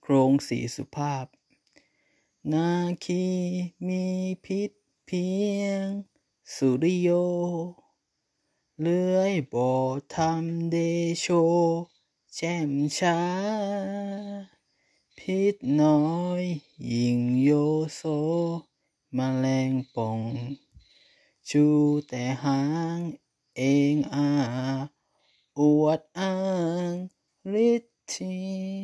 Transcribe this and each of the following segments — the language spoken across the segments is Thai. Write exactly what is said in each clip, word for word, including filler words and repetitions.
โครงสีสุภาพนาคีมีพิษเพียงสุริโยเลื่อยบ่ทำเดโชแช่มช้าพิษน้อยยิงโยโสมแมลงป่องชูแต่หางเองอาอวดอ้างฤทธิ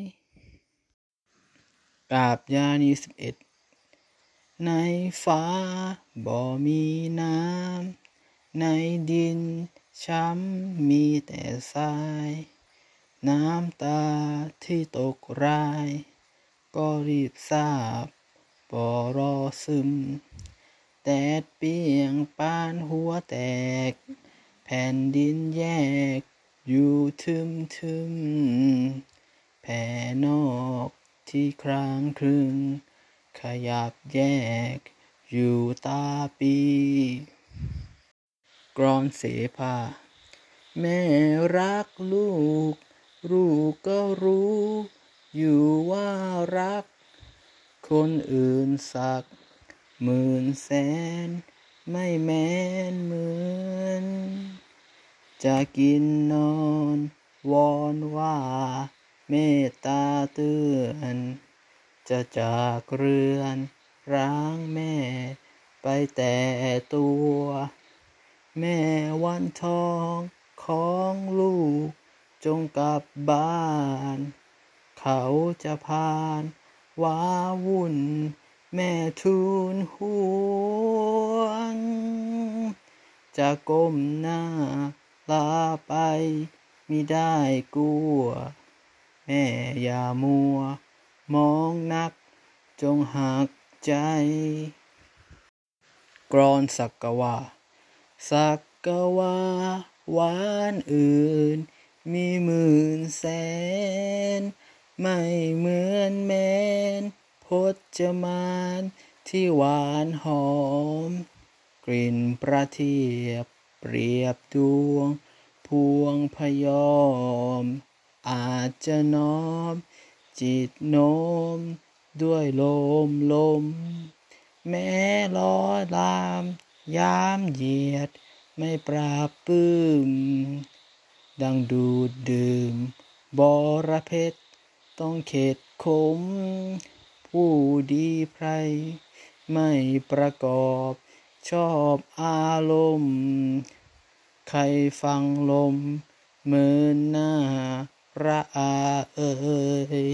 กาบยานีสิบเอ็ดในฟ้าบ่มีน้ำในดินช้ำมีแต่ทรายน้ำตาที่ตกรายก็รีบทราบบ่รอซึมแดดเปรี้ยงปานหัวแตกแผ่นดินแยกอยู่ทึมทึมแผ่นอกที่ครางครึงขยับแยกอยู่ตาปีกรอนเสภาแม่รักลูกลูกก็รู้อยู่ว่ารักคนอื่นสักหมื่นแสนไม่แม้นเหมือนจะกินนอนวอนว่าเมตตาเตือนจะจากเรือนร้างแม่ไปแต่ตัวแม่วันทองของลูกจงกลับบ้านเขาจะพานว้าวุ่นแม่ทูลห่วงจะก้มหน้าลาไปมิได้กลัวแม่อย่ามัวมองนักจงหักใจกรอนสักกะว่าสักกะว่าหวานอื่นมีหมื่นแสนไม่เหมือนแม้นพจมานที่หวานหอมกลิ่นประเทียบเปรียบดวงพวงพยอมอาจจะน้อมจิตโน้มด้วยลมลมแม้ล้อลามยามเหยียดไม่ปราบปลื้มดังดูดดื่มบรเพชรต้องเข็ดขมผู้ดีไพรไม่ประกอบชอบอารมณ์ใครฟังลมเมินหน้าระอาเอ่ย